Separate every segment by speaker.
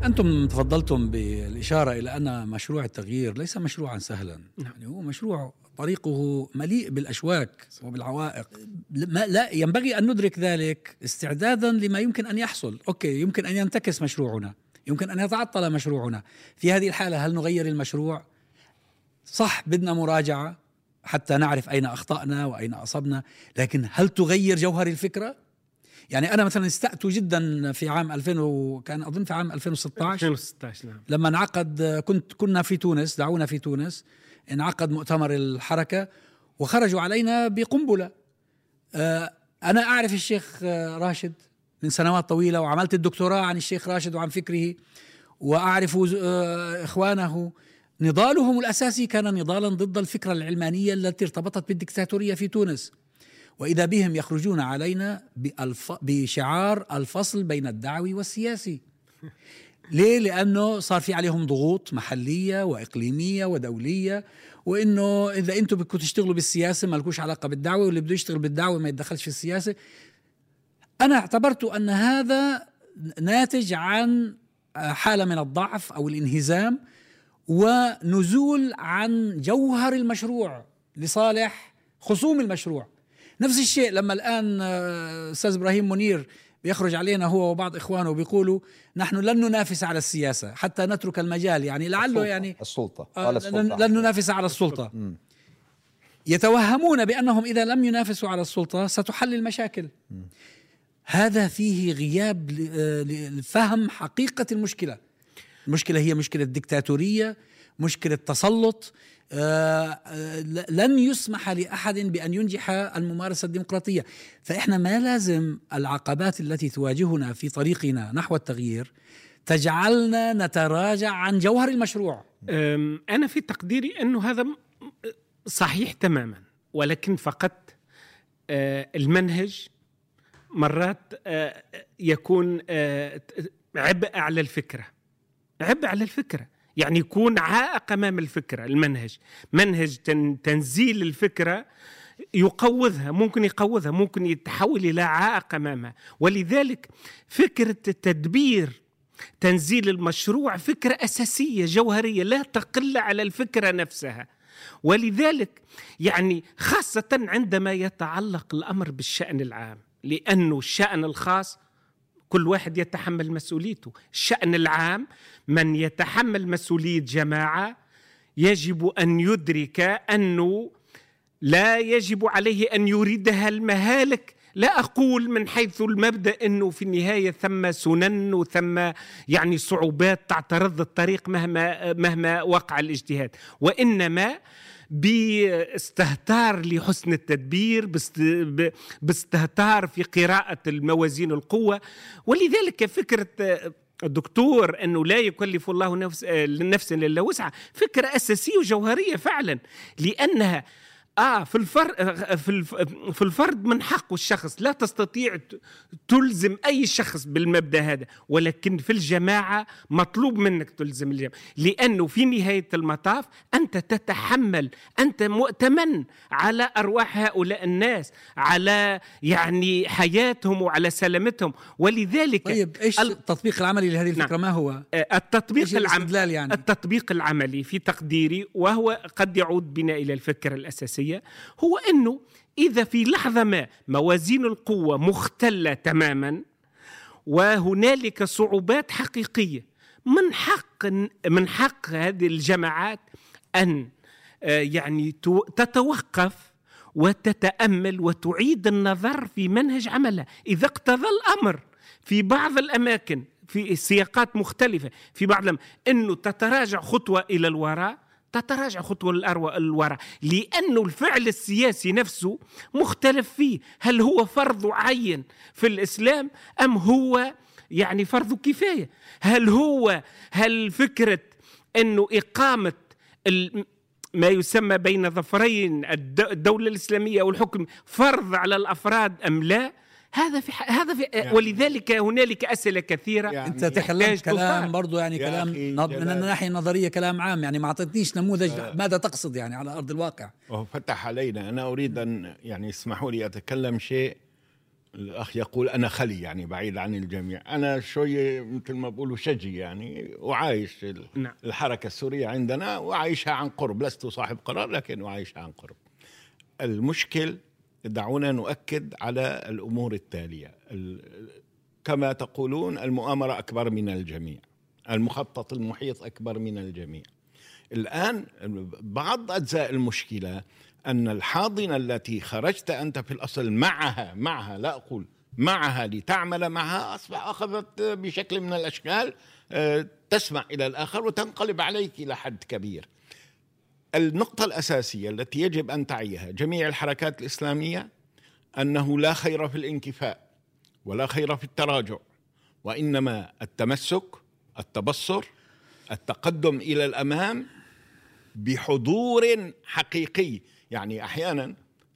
Speaker 1: أنتم تفضلتم بالإشارة إلى أن مشروع التغيير ليس مشروعا سهلا. يعني هو مشروع طريقه مليء بالأشواك وبالعوائق. لا ينبغي أن ندرك ذلك استعدادا لما يمكن أن يحصل. أوكي، يمكن أن ينتكس مشروعنا، يمكن أن يتعطل مشروعنا. في هذه الحالة هل نغير المشروع؟ صح، بدنا مراجعة حتى نعرف أين أخطأنا وأين أصبنا، لكن هل تغير جوهر الفكرة؟ يعني أنا مثلا استأت جدا في عام 2000 كان أظن في عام 2016
Speaker 2: نعم.
Speaker 1: لما انعقد، كنا في تونس، دعونا في تونس، انعقد مؤتمر الحركة وخرجوا علينا بقنبلة. أنا أعرف الشيخ راشد من سنوات طويلة، وعملت الدكتوراه عن الشيخ راشد وعن فكره، وأعرف إخوانه. نضالهم الأساسي كان نضالا ضد الفكرة العلمانية التي ارتبطت بالدكتاتورية في تونس، وإذا بهم يخرجون علينا بشعار الفصل بين الدعوي والسياسي. ليه؟ لأنه صار في عليهم ضغوط محلية وإقليمية ودولية، وإنه إذا أنتم بدكم تشتغلوا بالسياسة ما لكوش علاقة بالدعوة، واللي بده يشتغل بالدعوة ما يتدخلش في السياسة. أنا اعتبرت أن هذا ناتج عن حالة من الضعف أو الانهزام ونزول عن جوهر المشروع لصالح خصوم المشروع. نفس الشيء لما الآن أستاذ إبراهيم منير بيخرج علينا هو وبعض إخوانه بيقولوا نحن لن ننافس على السياسة حتى نترك المجال، يعني لعله يعني
Speaker 3: السلطة.
Speaker 1: لن ننافس على السلطة. يتوهمون بأنهم إذا لم ينافسوا على السلطة ستحل المشاكل. هذا فيه غياب لفهم حقيقة المشكلة. المشكلة هي مشكلة ديكتاتورية، مشكلة تسلط. لن يسمح لأحد بأن ينجح الممارسة الديمقراطية. فإحنا ما لازم العقبات التي تواجهنا في طريقنا نحو التغيير تجعلنا نتراجع عن جوهر المشروع.
Speaker 2: أنا في تقديري أنه هذا صحيح تماما، ولكن فقط المنهج مرات يكون عبء على الفكرة، يعني يكون عائق أمام الفكرة. المنهج منهج تنزيل الفكرة يقوضها، ممكن يتحول إلى عائق أمامها. ولذلك فكرة التدبير تنزيل المشروع فكرة أساسية جوهرية لا تقل على الفكرة نفسها. ولذلك يعني خاصة عندما يتعلق الأمر بالشأن العام، لأنه الشأن الخاص كل واحد يتحمل مسؤوليته. الشأن العام من يتحمل مسؤولية جماعة يجب أن يدرك أنه لا يجب عليه أن يريدها المهالك. لا أقول من حيث المبدأ أنه في النهاية ثم سنن وثم يعني صعوبات تعترض الطريق مهما وقع الاجتهاد، وإنما باستهتار لحسن التدبير، باستهتار في قراءة الموازين القوة. ولذلك فكرة الدكتور أنه لا يكلف الله نفسا إلا وسعها فكرة أساسية وجوهرية فعلا، لأنها في الفرد من حق الشخص، لا تستطيع تلزم أي شخص بالمبدأ هذا، ولكن في الجماعة مطلوب منك تلزم الجماعة، لأنه في نهاية المطاف أنت تتحمل، أنت مؤتمن على أرواح هؤلاء الناس، على يعني حياتهم وعلى سلامتهم. ولذلك
Speaker 1: طيب إيش التطبيق العملي لهذه الفكرة؟ ما هو
Speaker 2: التطبيق العملي في تقديري، وهو قد يعود بنا إلى الفكرة الأساسية، هو أنه إذا في لحظة ما موازين القوة مختلة تماما وهنالك صعوبات حقيقية، من حق هذه الجماعات أن يعني تتوقف وتتأمل وتعيد النظر في منهج عملها. إذا اقتضى الأمر في بعض الأماكن في سياقات مختلفة، في بعض أنه تتراجع خطوة إلى الوراء، تتراجع خطوة الوراء، لأنه الفعل السياسي نفسه مختلف فيه. هل هو فرض عين في الإسلام أم هو يعني فرض كفاية؟ هل فكرة أنه إقامة ما يسمى بين ظفرين الدولة الإسلامية والحكم فرض على الأفراد أم لا؟ هذا في يعني ولذلك هنالك أسئلة كثيرة.
Speaker 1: يعني أنت تكلمت كلام برضو يعني كلام من الناحية النظرية كلام عام، يعني ما أعطتنيش نموذج ماذا تقصد يعني على أرض الواقع.
Speaker 3: فتح علينا. أنا أريد أن يعني اسمحوا لي أتكلم شيء الأخ يقول أنا خلي، يعني بعيد عن الجميع. أنا شوية مثل ما بقولوا شجي يعني، وعايش الحركة السورية عندنا وعايشها عن قرب، لست صاحب قرار لكن أعيشها عن قرب. المشكل دعونا نؤكد على الأمور التالية. كما تقولون المؤامرة أكبر من الجميع، المخطط المحيط أكبر من الجميع. الآن بعض أجزاء المشكلة أن الحاضنة التي خرجت أنت في الأصل معها لا أقول معها لتعمل معها، أخذت بشكل من الأشكال تسمع إلى الآخر وتنقلب عليك إلى حد كبير. النقطة الأساسية التي يجب أن تعيها جميع الحركات الإسلامية أنه لا خير في الانكفاء ولا خير في التراجع، وإنما التمسك، التبصر، التقدم إلى الأمام بحضور حقيقي. يعني أحيانا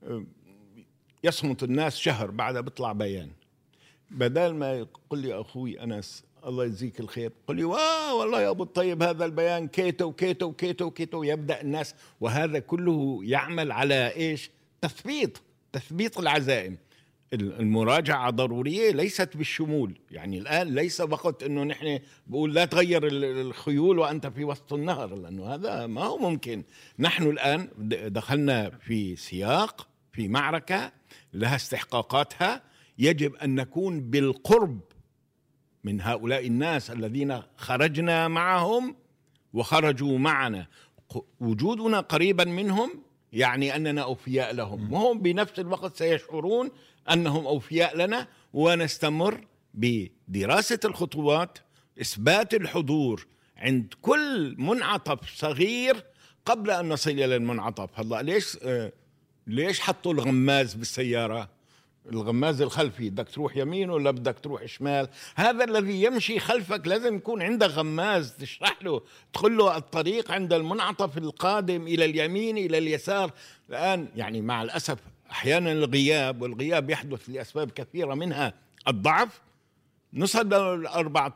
Speaker 3: يصمت الناس شهر بعد بيطلع بيان، بدل ما يقول لي أخوي أنس الله يجزيك الخير، قل لي والله يا أبو الطيب هذا البيان كيتو وكيتو وكيتو وكيتو، يبدأ الناس، وهذا كله يعمل على إيش؟ تثبيط العزائم. المراجعة ضرورية ليست بالشمول. يعني الآن ليس وقت أنه نحن بقول لا تغير الخيول وأنت في وسط النهر، لأنه هذا ما هو ممكن. نحن الآن دخلنا في سياق، في معركة لها استحقاقاتها، يجب أن نكون بالقرب من هؤلاء الناس الذين خرجنا معهم وخرجوا معنا. وجودنا قريبا منهم يعني أننا أوفياء لهم، وهم بنفس الوقت سيشعرون أنهم أوفياء لنا، ونستمر بدراسة الخطوات، إثبات الحضور عند كل منعطف صغير قبل أن نصل إلى المنعطف. هلا ليش حطوا الغماز بالسيارة؟ الغماز الخلفي، بدك تروح يمين ولا بدك تروح شمال؟ هذا الذي يمشي خلفك لازم يكون عنده غماز تشرح له، تقول له الطريق عند المنعطف القادم إلى اليمين إلى اليسار. الآن يعني مع الأسف أحيانا الغياب، والغياب يحدث لأسباب كثيرة منها الضعف، نصل 4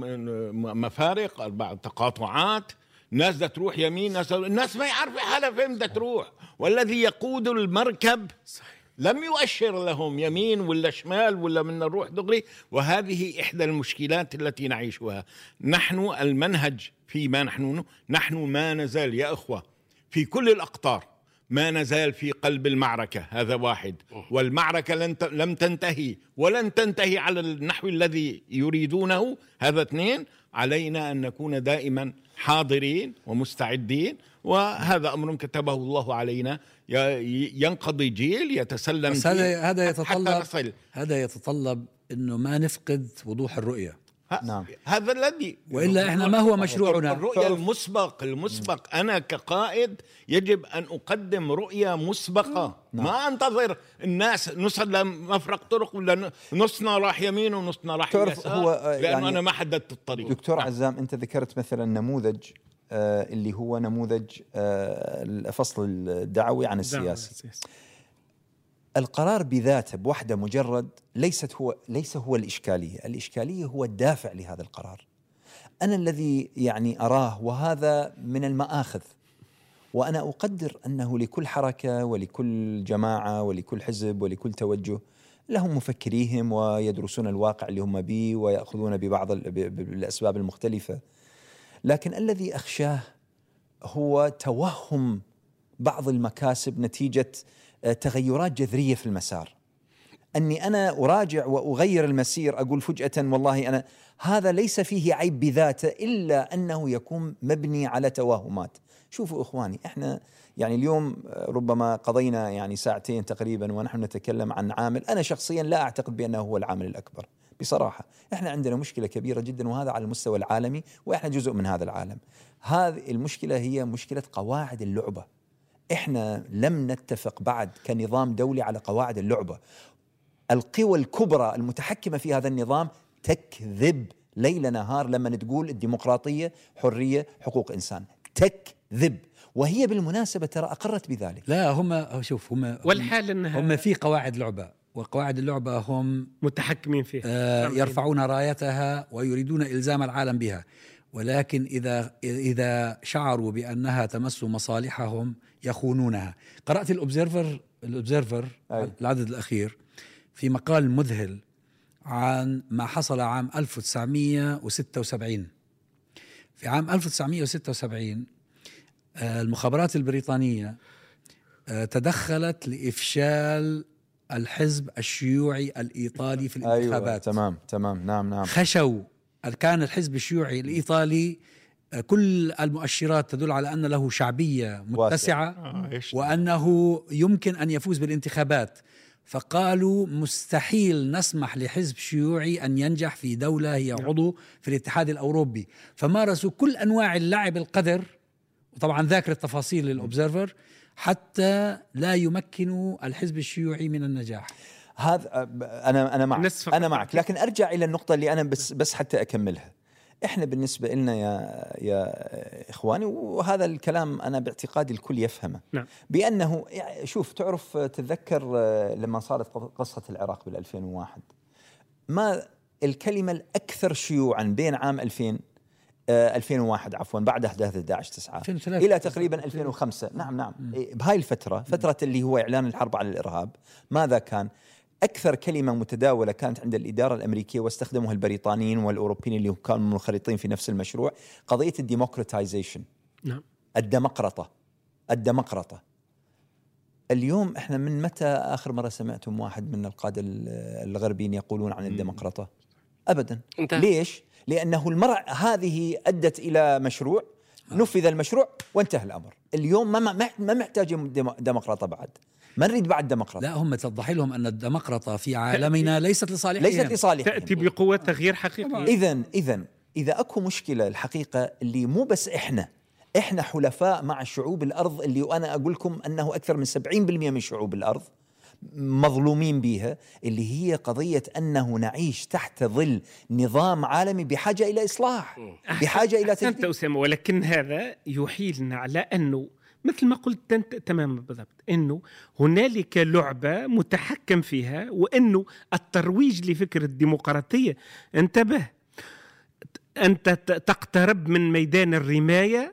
Speaker 3: مفارق، 4 تقاطعات، ناس بدها تروح يمين، الناس ما يعرف حالها فين بدها تروح، والذي يقود المركب لم يؤشر لهم يمين ولا شمال ولا من نروح دغري. وهذه إحدى المشكلات التي نعيشها. نحن المنهج فيما نحن ما نزال يا أخوة في كل الأقطار، ما نزال في قلب المعركة، هذا واحد. والمعركة لم تنتهي ولن تنتهي على النحو الذي يريدونه، هذا 2. علينا أن نكون دائما حاضرين ومستعدين، وهذا أمر كتبه الله علينا. ينقضي جيل يتسلم
Speaker 1: بس هذا يتطلب أنه ما نفقد وضوح الرؤية.
Speaker 3: نعم. هذا الذي
Speaker 1: وإلا إحنا ما هو مشروعنا؟
Speaker 3: الرؤية المسبق. أنا كقائد يجب أن أقدم رؤية مسبقة. ما أنتظر الناس نوصل لمفرق طرق ولا نصنا راح يمين ونصنا راح يسار، لأنه يعني أنا ما حددت الطريق.
Speaker 4: دكتور عزام، أنت ذكرت مثلا نموذج اللي هو نموذج الفصل الدعوي عن السياسي. القرار بذاته بوحده مجرد ليس هو الإشكالية هو الدافع لهذا القرار. أنا الذي يعني أراه، وهذا من المآخذ، وأنا أقدر أنه لكل حركة ولكل جماعة ولكل حزب ولكل توجه لهم مفكريهم ويدرسون الواقع اللي هم به ويأخذون ببعض الأسباب المختلفة، لكن الذي أخشاه هو توهم بعض المكاسب نتيجة تغيرات جذرية في المسار. أني أنا أراجع وأغير المسير، أقول فجأة والله هذا ليس فيه عيب بذاته، إلا أنه يكون مبني على توهمات. شوفوا إخواني، إحنا يعني اليوم ربما قضينا يعني 2 ساعة تقريبا ونحن نتكلم عن عامل أنا شخصيا لا أعتقد بأنه هو العامل الأكبر بصراحة. إحنا عندنا مشكلة كبيرة جدا، وهذا على المستوى العالمي، وإحنا جزء من هذا العالم. هذه المشكلة هي مشكلة قواعد اللعبة. إحنا لم نتفق بعد كنظام دولي على قواعد اللعبة. القوى الكبرى المتحكمة في هذا النظام تكذب ليل نهار لما تقول الديمقراطية حرية حقوق إنسان، تكذب. وهي بالمناسبة ترى أقرت بذلك.
Speaker 1: لا هم
Speaker 2: والحال أنها
Speaker 1: هم في قواعد لعبة، وقواعد اللعبة هم
Speaker 2: متحكمين فيها،
Speaker 1: يرفعون رايتها ويريدون إلزام العالم بها. ولكن إذا شعروا بأنها تمس مصالحهم يخونونها. قرأت الأوبزيرفر العدد الأخير، في مقال مذهل عن ما حصل عام 1976. في عام 1976 المخابرات البريطانية تدخلت لإفشال الحزب الشيوعي الإيطالي في الانتخابات.
Speaker 4: أيوة تمام نعم.
Speaker 1: خشوا، كان الحزب الشيوعي الإيطالي كل المؤشرات تدل على أن له شعبية متسعة وأنه يمكن أن يفوز بالانتخابات، فقالوا مستحيل نسمح لحزب شيوعي أن ينجح في دولة هي عضو في الاتحاد الأوروبي. فمارسوا كل أنواع اللعب القدر، وطبعا ذاكر التفاصيل للأوبزرفر، حتى لا يمكنوا الحزب الشيوعي من النجاح.
Speaker 4: هذا أنا معك لكن أرجع إلى النقطة اللي أنا بس حتى أكملها. إحنا بالنسبة لنا يا إخواني، وهذا الكلام أنا باعتقادي الكل يفهمه،
Speaker 2: نعم.
Speaker 4: بأنه شوف، تعرف تتذكر لما صارت قصة العراق بال2001، ما الكلمة الأكثر شيوعا بين عام 2001 عفوا بعد أحداث 11/9 إلى تقريبا 2005. نعم بهاي الفترة، فترة اللي هو إعلان الحرب على الإرهاب، ماذا كان أكثر كلمة متداولة كانت عند الإدارة الأمريكية واستخدموها البريطانيين والأوروبيين اللي كانوا منخرطين في نفس المشروع، قضية الديمقراطيزيشن.
Speaker 2: نعم.
Speaker 4: الديمقراطة. اليوم إحنا من متى آخر مرة سمعتم واحد من القادة الغربيين يقولون عن الديمقراطة؟ أبدا. ليش؟ لأنه المرة هذه أدت إلى مشروع، نفذ المشروع وانتهى الأمر. اليوم ما محتاج ديمقراطة بعد، ما نريد بعد ديمقراطية.
Speaker 1: لا، هم توضح لهم أن الديمقراطية في عالمنا ليست لصالحهم،
Speaker 2: تأتي بقوة تغيير حقيقي.
Speaker 4: إذا أكو مشكلة الحقيقة اللي مو بس إحنا حلفاء مع شعوب الأرض، اللي أنا أقول لكم أنه أكثر من 70% من شعوب الأرض مظلومين بها، اللي هي قضية أنه نعيش تحت ظل نظام عالمي بحاجة إلى إصلاح، بحاجة إلى
Speaker 2: تجديد. أسامة، ولكن هذا يحيلنا على أنه مثل ما قلت أنت تماما بالضبط، أنه هنالك لعبة متحكم فيها، وأنه الترويج لفكرة الديمقراطية، انتبه، أنت تقترب من ميدان الرماية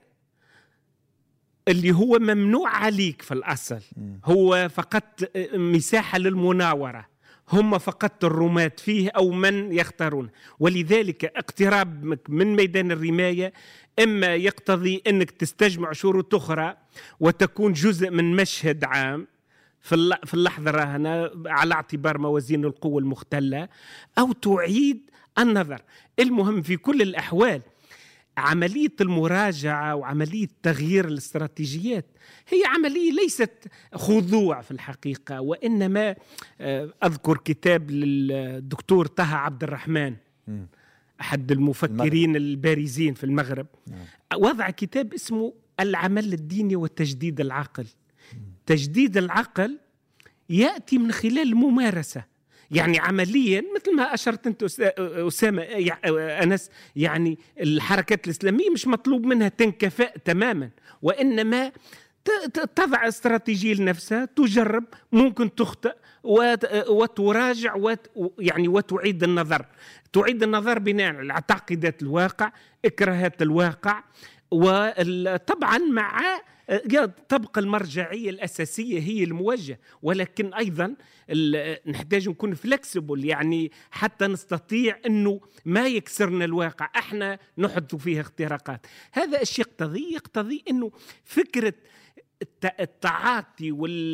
Speaker 2: اللي هو ممنوع عليك في الأصل، هو فقط مساحة للمناورة، هم فقط الرماة فيه أو من يختارون. ولذلك اقترابك من ميدان الرماية إما يقتضي أنك تستجمع شروط أخرى وتكون جزء من مشهد عام في اللحظة الراهنة على اعتبار موازين القوة المختلة، أو تعيد النظر. المهم في كل الأحوال عملية المراجعة وعملية تغيير الاستراتيجيات هي عملية ليست خضوع في الحقيقة، وإنما أذكر كتاب للدكتور طه عبد الرحمن، أحد المفكرين البارزين في المغرب، وضع كتاب اسمه العمل الديني وتجديد العقل. تجديد العقل يأتي من خلال الممارسة، يعني عمليا مثل ما أشرت أنت أسامة أنس، يعني الحركات الإسلامية مش مطلوب منها تنكفأ تماما، وإنما تضع استراتيجية لنفسها، تجرب، ممكن تخطئ وتراجع يعني وتعيد النظر بناء على تعقيدات الواقع، إكراهات الواقع، وطبعا مع تبقى المرجعية الأساسية هي الموجه، ولكن أيضا نحتاج نكون فلكسبل، يعني حتى نستطيع أنه ما يكسرنا الواقع، احنا نحدث فيها اختراقات. هذا الشيء يقتضي أنه فكرة التعاطي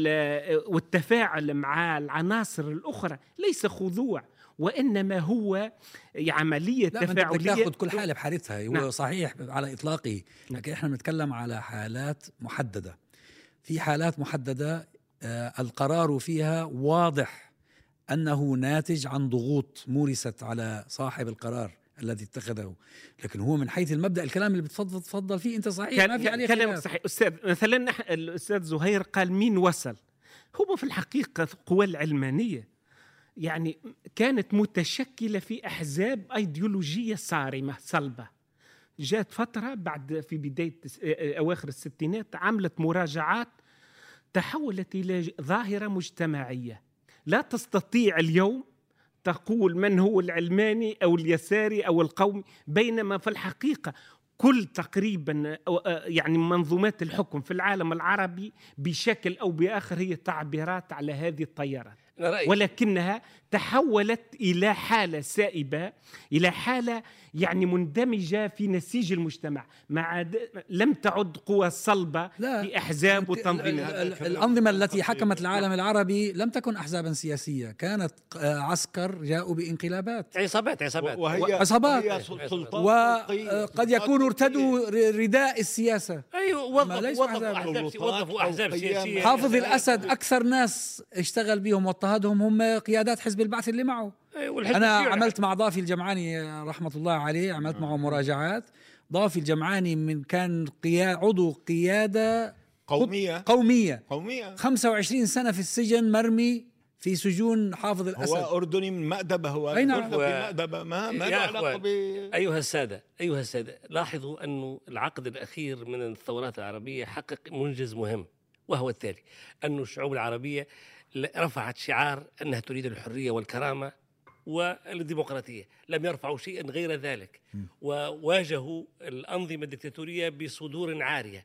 Speaker 2: والتفاعل مع العناصر الأخرى ليس خضوع، وإنما هو عملية تفاعلية.
Speaker 1: بدك تاخذ كل حالة بحالتها. هو صحيح على إطلاقه، لكن إحنا بنتكلم على حالات محددة. في حالات محددة القرار فيها واضح أنه ناتج عن ضغوط مورست على صاحب القرار الذي اتخذه، لكن هو من حيث المبدأ الكلام اللي بتفضل فيه أنت صحيح، ما في عليه
Speaker 2: كلام صحيح. أستاذ مثلا الأستاذ زهير قال مين وصل، هو في الحقيقة القوى العلمانية يعني كانت متشكلة في أحزاب أيديولوجية صارمة صلبة. جاءت فترة بعد في بداية أواخر الستينات عملت مراجعات، تحولت إلى ظاهرة مجتمعية. لا تستطيع اليوم تقول من هو العلماني أو اليساري أو القومي، بينما في الحقيقة كل تقريبا يعني منظومات الحكم في العالم العربي بشكل أو بآخر هي تعبيرات على هذه التيارات. ولكنها تحولت إلى حالة سائبة، إلى حالة يعني مندمجة في نسيج المجتمع، لم تعد قوى صلبة في أحزاب وتنظيمات.
Speaker 1: الأنظمة التي حكمت العالم العربي لم تكن أحزابا سياسية، كانت عسكر جاءوا بانقلابات،
Speaker 5: عصابات
Speaker 1: وقد يكونوا ارتدوا رداء السياسة.
Speaker 5: أيوة، وظفوا أحزاب سياسية.
Speaker 1: حافظ الأسد أكثر ناس اشتغل بهم واضطهدهم هم قيادات حزب البعث اللي معه. أنا عملت مع ضافي الجمعاني رحمة الله عليه، عملت معه مراجعات. ضافي الجمعاني كان عضو قيادة قومية 25 سنة في السجن، مرمي في سجون حافظ الأسد.
Speaker 3: هو أردني من مأدبة، هو
Speaker 1: أي نعم.
Speaker 3: مأدبة ما له علاقة
Speaker 5: أيها السادة، لاحظوا أن العقد الأخير من الثورات العربية حقق منجز مهم، وهو التالي: أن الشعوب العربية رفعت شعار أنها تريد الحرية والكرامة والديمقراطية، لم يرفعوا شيئا غير ذلك، وواجهوا الأنظمة الدكتاتورية بصدور عارية.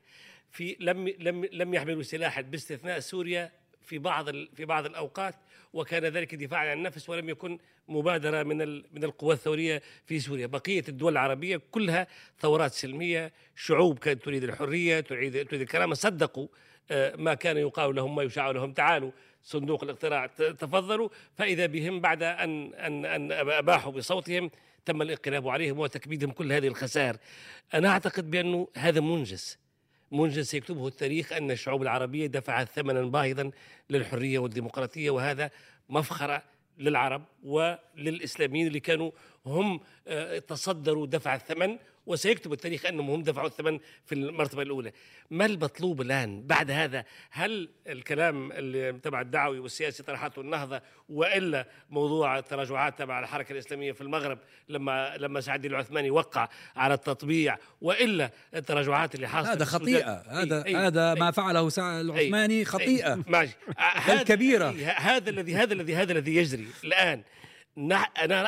Speaker 5: لم يحملوا سلاحا باستثناء سوريا في بعض الأوقات، وكان ذلك دفاعا عن النفس، ولم يكن مبادرة من القوى الثورية في سوريا. بقية الدول العربية كلها ثورات سلمية، شعوب كانت تريد الحرية، تريد الكرامة، صدقوا ما كان يقال لهم، ما يشاع لهم: تعالوا صندوق الاقتراع تفضلوا، فإذا بهم بعد أن أباحوا بصوتهم تم الانقلاب عليهم وتكبيدهم كل هذه الخسائر. أنا أعتقد بأنه هذا منجز سيكتبه التاريخ، أن الشعوب العربية دفعت ثمنا باهظا للحرية والديمقراطية، وهذا مفخرة للعرب وللإسلاميين اللي كانوا هم تصدروا دفع الثمن، وسيكتب التاريخ أنهم هم دفعوا الثمن في المرتبة الأولى. ما المطلوب الآن بعد هذا؟ هل الكلام اللي تبع الدعوي والسياسي طرحته النهضة، وإلا موضوع التراجعات تبع الحركة الإسلامية في المغرب لما سعد الدين العثماني وقع على التطبيع، وإلا التراجعات اللي حاصلة؟
Speaker 1: هذا خطيئة، هذا ما فعله العثماني خطيئة كبيرة.
Speaker 5: هذا الذي يجري الآن. أنا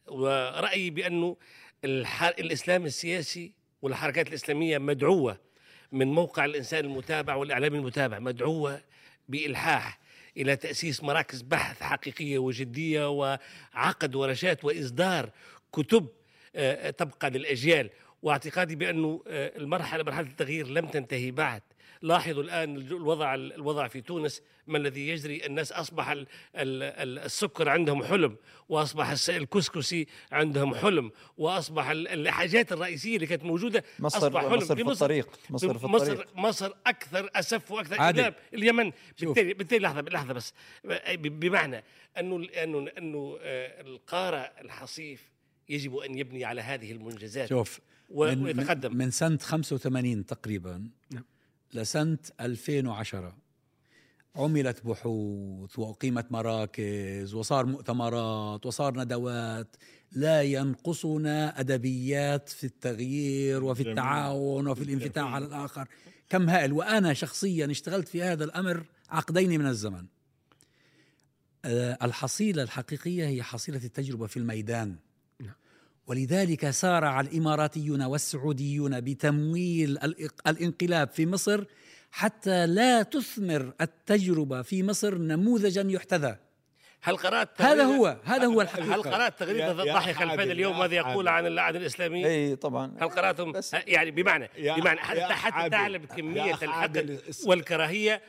Speaker 5: رأيي بأنه الإسلام السياسي والحركات الإسلامية مدعوة من موقع الإنسان المتابع والإعلام المتابع، مدعوة بإلحاح إلى تأسيس مراكز بحث حقيقية وجدية، وعقد ورشات وإصدار كتب تبقى للأجيال. واعتقادي بأنه مرحلة التغيير لم تنتهي بعد. لاحظوا الآن الوضع في تونس، ما الذي يجري. الناس أصبح السكر عندهم حلم، وأصبح الكسكسي عندهم حلم، وأصبح الحاجات الرئيسية اللي كانت موجودة أصبح حلم.
Speaker 4: مصر في الطريق.
Speaker 5: مصر أكثر أسف وأكثر إقلاب. اليمن بالتالي لحظة بس، بمعنى أنه القارة الحصيف يجب أن يبني على هذه المنجزات.
Speaker 1: شوف،
Speaker 5: ويتقدم
Speaker 1: من سنة 85 تقريبا لسنة 2010 عملت بحوث وأقيمت مراكز وصار مؤتمرات وصار ندوات. لا ينقصنا أدبيات في التغيير وفي التعاون وفي الانفتاح على الآخر كم هائل. وأنا شخصيا اشتغلت في هذا الأمر عقدين من الزمن. الحصيلة الحقيقية هي حصيلة التجربة في الميدان، ولذلك سارع الإماراتيون والسعوديون بتمويل الانقلاب في مصر حتى لا تثمر التجربة في مصر نموذجا يحتذى.
Speaker 5: هل قرأت
Speaker 1: هذا هو الحقيقة.
Speaker 5: هل قرأت تغريدة ضحي خلفان اليوم ماذا يقول عن العهد الإسلامي؟
Speaker 4: اي طبعا.
Speaker 5: هل قرأتم؟ يعني بمعنى حتى تعلم كمية الحقد والكراهية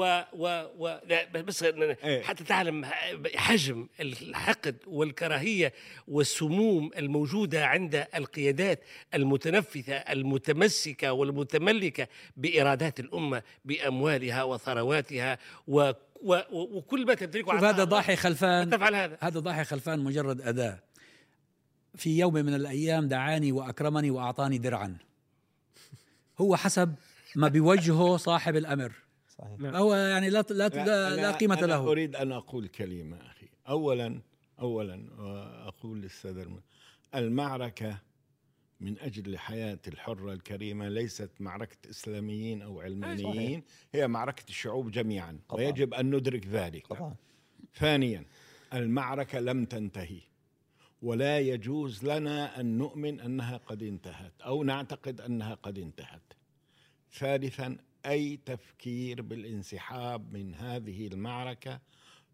Speaker 5: بس حتى تعلم حجم الحقد والكراهية والسموم الموجودة عند القيادات المتنفذة المتمسكة والمتملكة بإرادات الأمة بأموالها وثرواتها وكل ما تمتلكه.
Speaker 1: هذا ضاحي خلفان
Speaker 5: تفعل
Speaker 1: هذا ضاحي خلفان مجرد أداة. في يوم من الأيام دعاني وأكرمني وأعطاني درعا، هو حسب ما بوجهه صاحب الأمر.
Speaker 4: صحيح.
Speaker 1: هو يعني لا قيمة له.
Speaker 3: أنا أريد أن أقول كلمة أخي. أولا أقول للسادة المعركة من أجل الحياة الحرة الكريمة ليست معركة إسلاميين أو علمانيين، هي معركة الشعوب جميعا، ويجب أن ندرك ذلك. ثانيا، المعركة لم تنتهي، ولا يجوز لنا أن نؤمن أنها قد انتهت أو نعتقد أنها قد انتهت. ثالثا، أي تفكير بالانسحاب من هذه المعركة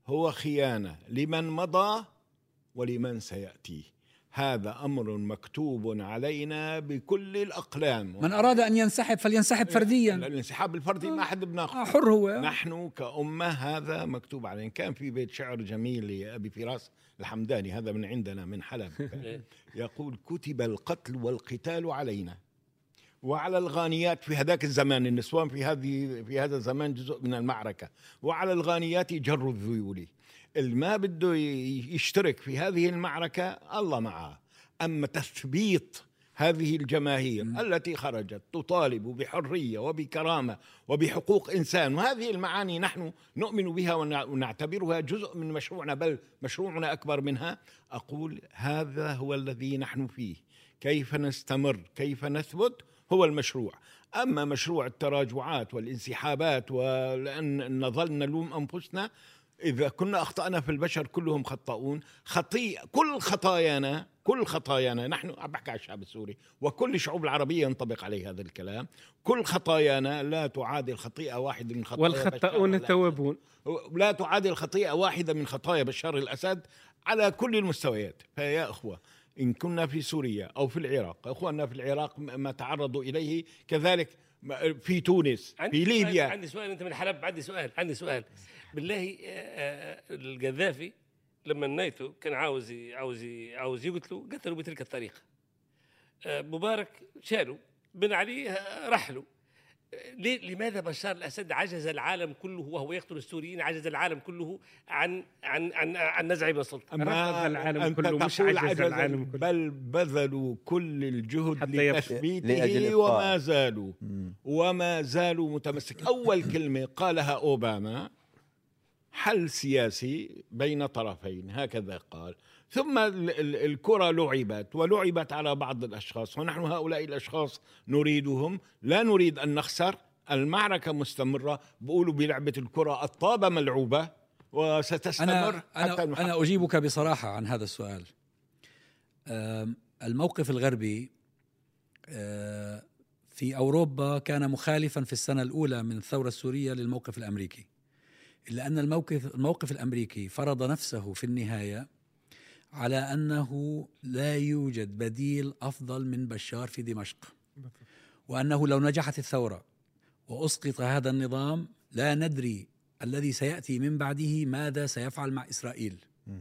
Speaker 3: هو خيانة لمن مضى ولمن سيأتي. هذا أمر مكتوب علينا بكل الأقلام.
Speaker 1: من أراد أن ينسحب فلينسحب فرديا.
Speaker 3: الانسحاب الفردي ما حد بناخذ،
Speaker 1: حر هو.
Speaker 3: نحن كأمة هذا مكتوب علينا. كان في بيت شعر جميل لأبي فراس الحمداني، هذا من عندنا من حلب، يقول: كتب القتل والقتال علينا وعلى الغانيات. في هذاك الزمان النسوان في هذا الزمان جزء من المعركة، وعلى الغانيات جر الذيول. اللي ما بده يشترك في هذه المعركة الله معه. أما تثبيت هذه الجماهير التي خرجت تطالب بحرية وبكرامة وبحقوق إنسان، وهذه المعاني نحن نؤمن بها ونعتبرها جزء من مشروعنا، بل مشروعنا أكبر منها. أقول هذا هو الذي نحن فيه. كيف نستمر، كيف نثبت، هو المشروع. أما مشروع التراجعات والانسحابات ولأن نظل نلوم أنفسنا، إذا كنا أخطأنا في البشر كلهم خطاؤون. كل خطايانا نحن، بحكي على الشعب السوري وكل الشعوب العربية ينطبق عليه هذا الكلام. كل خطايانا لا تعادل خطيئة واحدة من خطايا
Speaker 2: والخطاؤون توابون.
Speaker 3: لا تعادل خطيئة واحدة من خطايا بشار الأسد على كل المستويات. فيا أخوة، إن كنا في سوريا أو في العراق، أخواننا في العراق ما تعرضوا إليه، كذلك في تونس، في ليبيا.
Speaker 5: عندي سؤال. أنت من حلب. عندي سؤال بالله. القذافي لما الناتو كان عاوز يقتلوا بتلك الطريقة. مبارك شالوا بن علي رحلوا. لماذا بشار الأسد عجز العالم كله وهو يقتل السوريين؟ عجز العالم كله عن نزعه من السلطة.
Speaker 2: رفض العالم كله، مش عجز العالم كله،
Speaker 3: بل بذلوا كل الجهد لتثبيته وما زالوا متمسك. أول كلمة قالها أوباما: حل سياسي بين طرفين، هكذا قال. ثم الكرة لعبت على بعض الأشخاص، ونحن هؤلاء الأشخاص نريدهم، لا نريد أن نخسر. المعركة مستمرة. بقولوا بلعبة الكرة الطابة ملعوبة وستستمر.
Speaker 1: أنا أجيبك بصراحة عن هذا السؤال. الموقف الغربي في أوروبا كان مخالفا في السنة الأولى من الثورة السورية للموقف الأمريكي، إلا أن الموقف الأمريكي فرض نفسه في النهاية على أنه لا يوجد بديل أفضل من بشار في دمشق، وأنه لو نجحت الثورة وأسقط هذا النظام لا ندري الذي سيأتي من بعده ماذا سيفعل مع إسرائيل.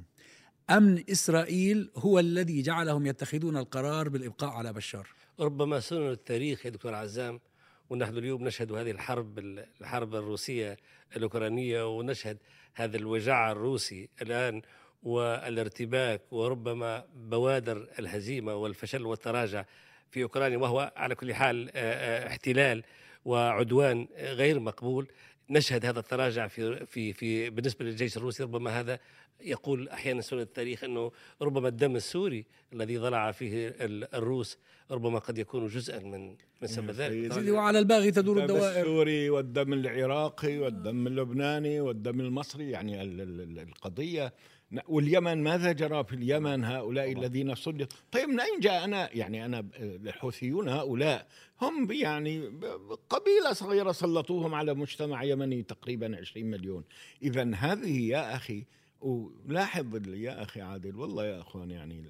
Speaker 1: أمن إسرائيل هو الذي جعلهم يتخذون القرار بالإبقاء على بشار.
Speaker 5: ربما سنن التاريخ يا دكتور عزام، ونحن اليوم نشهد هذه الحرب الروسية الأوكرانية، ونشهد هذا الوجع الروسي الآن والارتباك وربما بوادر الهزيمة والفشل والتراجع في أوكرانيا، وهو على كل حال احتلال وعدوان غير مقبول. نشهد هذا التراجع في بالنسبة للجيش الروسي. ربما هذا يقول أحيانا سنة التاريخ أنه ربما الدم السوري الذي ضلع فيه الروس ربما قد يكون جزءا من سبب ذلك.
Speaker 1: وعلى الباغي تدور الدوائر.
Speaker 3: الدم السوري والدم العراقي والدم اللبناني والدم المصري، يعني القضية. واليمن، ماذا جرى في اليمن؟ هؤلاء الذين سلطوا. طيب من أين جاء؟ أنا الحوثيون هؤلاء هم يعني قبيلة صغيرة سلطوهم على مجتمع يمني تقريبا 20 مليون. إذن هذه يا أخي، ولاحظ يا أخي عادل، والله يا أخوان، يعني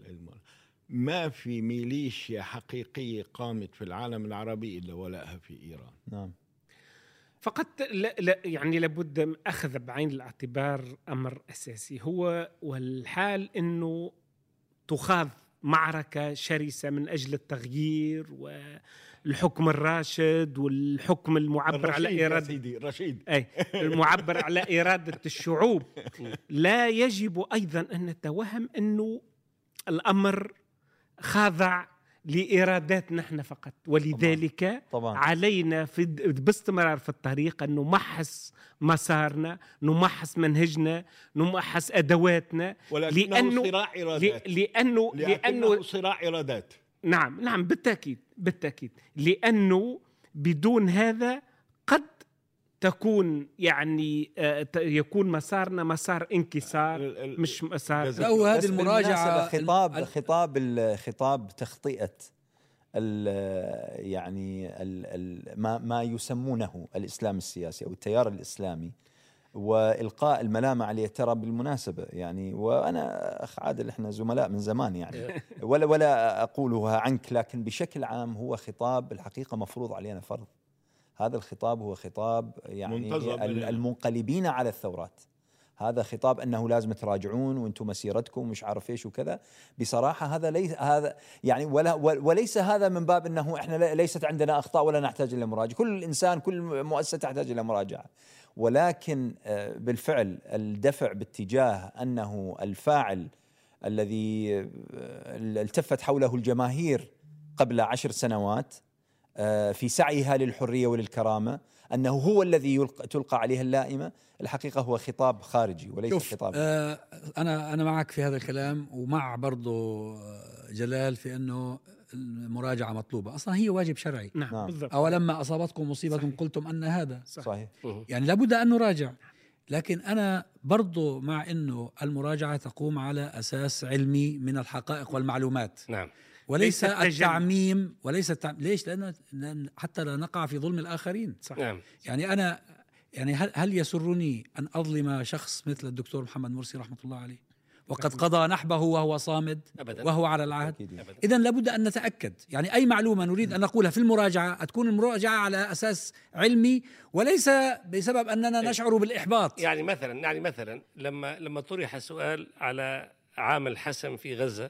Speaker 3: ما في ميليشيا حقيقية قامت في العالم العربي إلا ولها في إيران.
Speaker 4: نعم.
Speaker 2: فقط لا يعني لابد من أخذ بعين الاعتبار أمر أساسي، هو والحال أنه تخاض معركة شرسة من أجل التغيير والحكم الراشد والحكم المعبر على إرادة
Speaker 3: رشيد.
Speaker 2: المعبر على إرادة الشعوب. لا يجب أيضا أن نتوهم أنه الأمر خاضع لإرادات نحن فقط، ولذلك طبعاً. علينا باستمرار في الطريق أن نمحص مسارنا، نمحص منهجنا، نمحص أدواتنا،
Speaker 3: لأنه صراع إرادات. لأنه صراع إرادات.
Speaker 2: نعم بالتأكيد لأنه بدون هذا قد تكون يعني يكون مسارنا مسار انكسار مش مسار.
Speaker 1: هذه المراجعة
Speaker 4: خطاب تخطئة يعني ما يسمونه الإسلام السياسي أو التيار الإسلامي وإلقاء الملامة عليه. ترى بالمناسبة يعني، وأنا أخ عادل إحنا زملاء من زمان يعني، ولا أقولها عنك، لكن بشكل عام هو خطاب الحقيقة مفروض علينا فرض. هذا الخطاب هو خطاب يعني المنقلبين على الثورات. هذا خطاب أنه لازم تراجعون وأنتم مسيرتكم مش عارف إيش وكذا. بصراحة هذا ليس هذا يعني وليس هذا من باب أنه إحنا ليست عندنا أخطاء ولا نحتاج إلى مراجعة. كل إنسان كل مؤسسة تحتاج إلى مراجعة، ولكن بالفعل الدفع باتجاه أنه الفاعل الذي التفت حوله الجماهير قبل 10 سنوات في سعيها للحرية وللكرامة أنه هو الذي تلقى عليه اللائمة، الحقيقة هو خطاب خارجي وليس خطاب.
Speaker 1: أنا معك في هذا الكلام، ومع برضو جلال في أنه المراجعة مطلوبة، أصلا هي واجب شرعي.
Speaker 2: نعم بالضبط.
Speaker 1: أولما أصابتكم مصيبة
Speaker 2: صحيح.
Speaker 1: قلتم أن هذا
Speaker 4: صحيح.
Speaker 1: يعني لابد أن نراجع، لكن أنا برضو مع أنه المراجعة تقوم على أساس علمي من الحقائق والمعلومات.
Speaker 5: نعم.
Speaker 1: وليس التعميم، ليش؟ لأن حتى لا نقع في ظلم الآخرين.
Speaker 2: صح.
Speaker 5: نعم.
Speaker 1: يعني أنا يعني هل يسرني أن أظلم شخص مثل الدكتور محمد مرسي رحمة الله عليه وقد قضى نحبه وهو صامد
Speaker 5: أبداً.
Speaker 1: وهو على العهد؟ إذن لابد أن نتأكد، يعني أي معلومة نريد أن نقولها في المراجعة تكون المراجعة على أساس علمي وليس بسبب أننا نشعر بالإحباط.
Speaker 5: يعني مثلا لما طرح السؤال على عامل حسم في غزة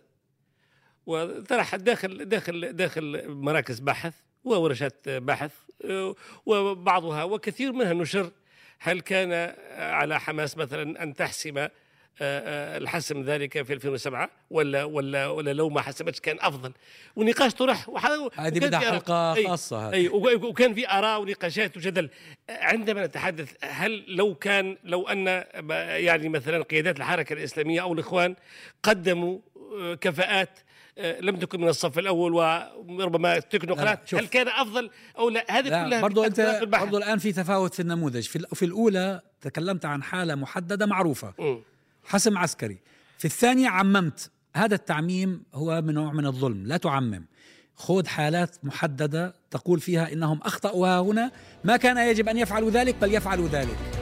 Speaker 5: وطرح داخل مراكز بحث وورشات بحث وبعضها وكثير منها نشر، هل كان على حماس مثلا أن تحسم الحسم ذلك في 2007 ولا لو ما حسبتش كان أفضل؟ ونقاش طرح،
Speaker 1: هذه بدها حلقة خاصة.
Speaker 5: وكان في آراء ونقاشات وجدل. عندما نتحدث هل لو أن يعني مثلا قيادات الحركة الإسلامية أو الإخوان قدموا كفاءات لم تكن من الصف الأول وربما تكنوقراط، هل كان أفضل أو لا؟ هذه كلها
Speaker 1: برضو أنت برضو الآن في تفاوت في النموذج. في الأولى تكلمت عن حالة محددة معروفة، حسم عسكري. في الثانية عممت. هذا التعميم هو من نوع من الظلم. لا تعمم، خذ حالات محددة تقول فيها إنهم أخطأوا هنا، ما كان يجب أن يفعلوا ذلك بل يفعلوا ذلك.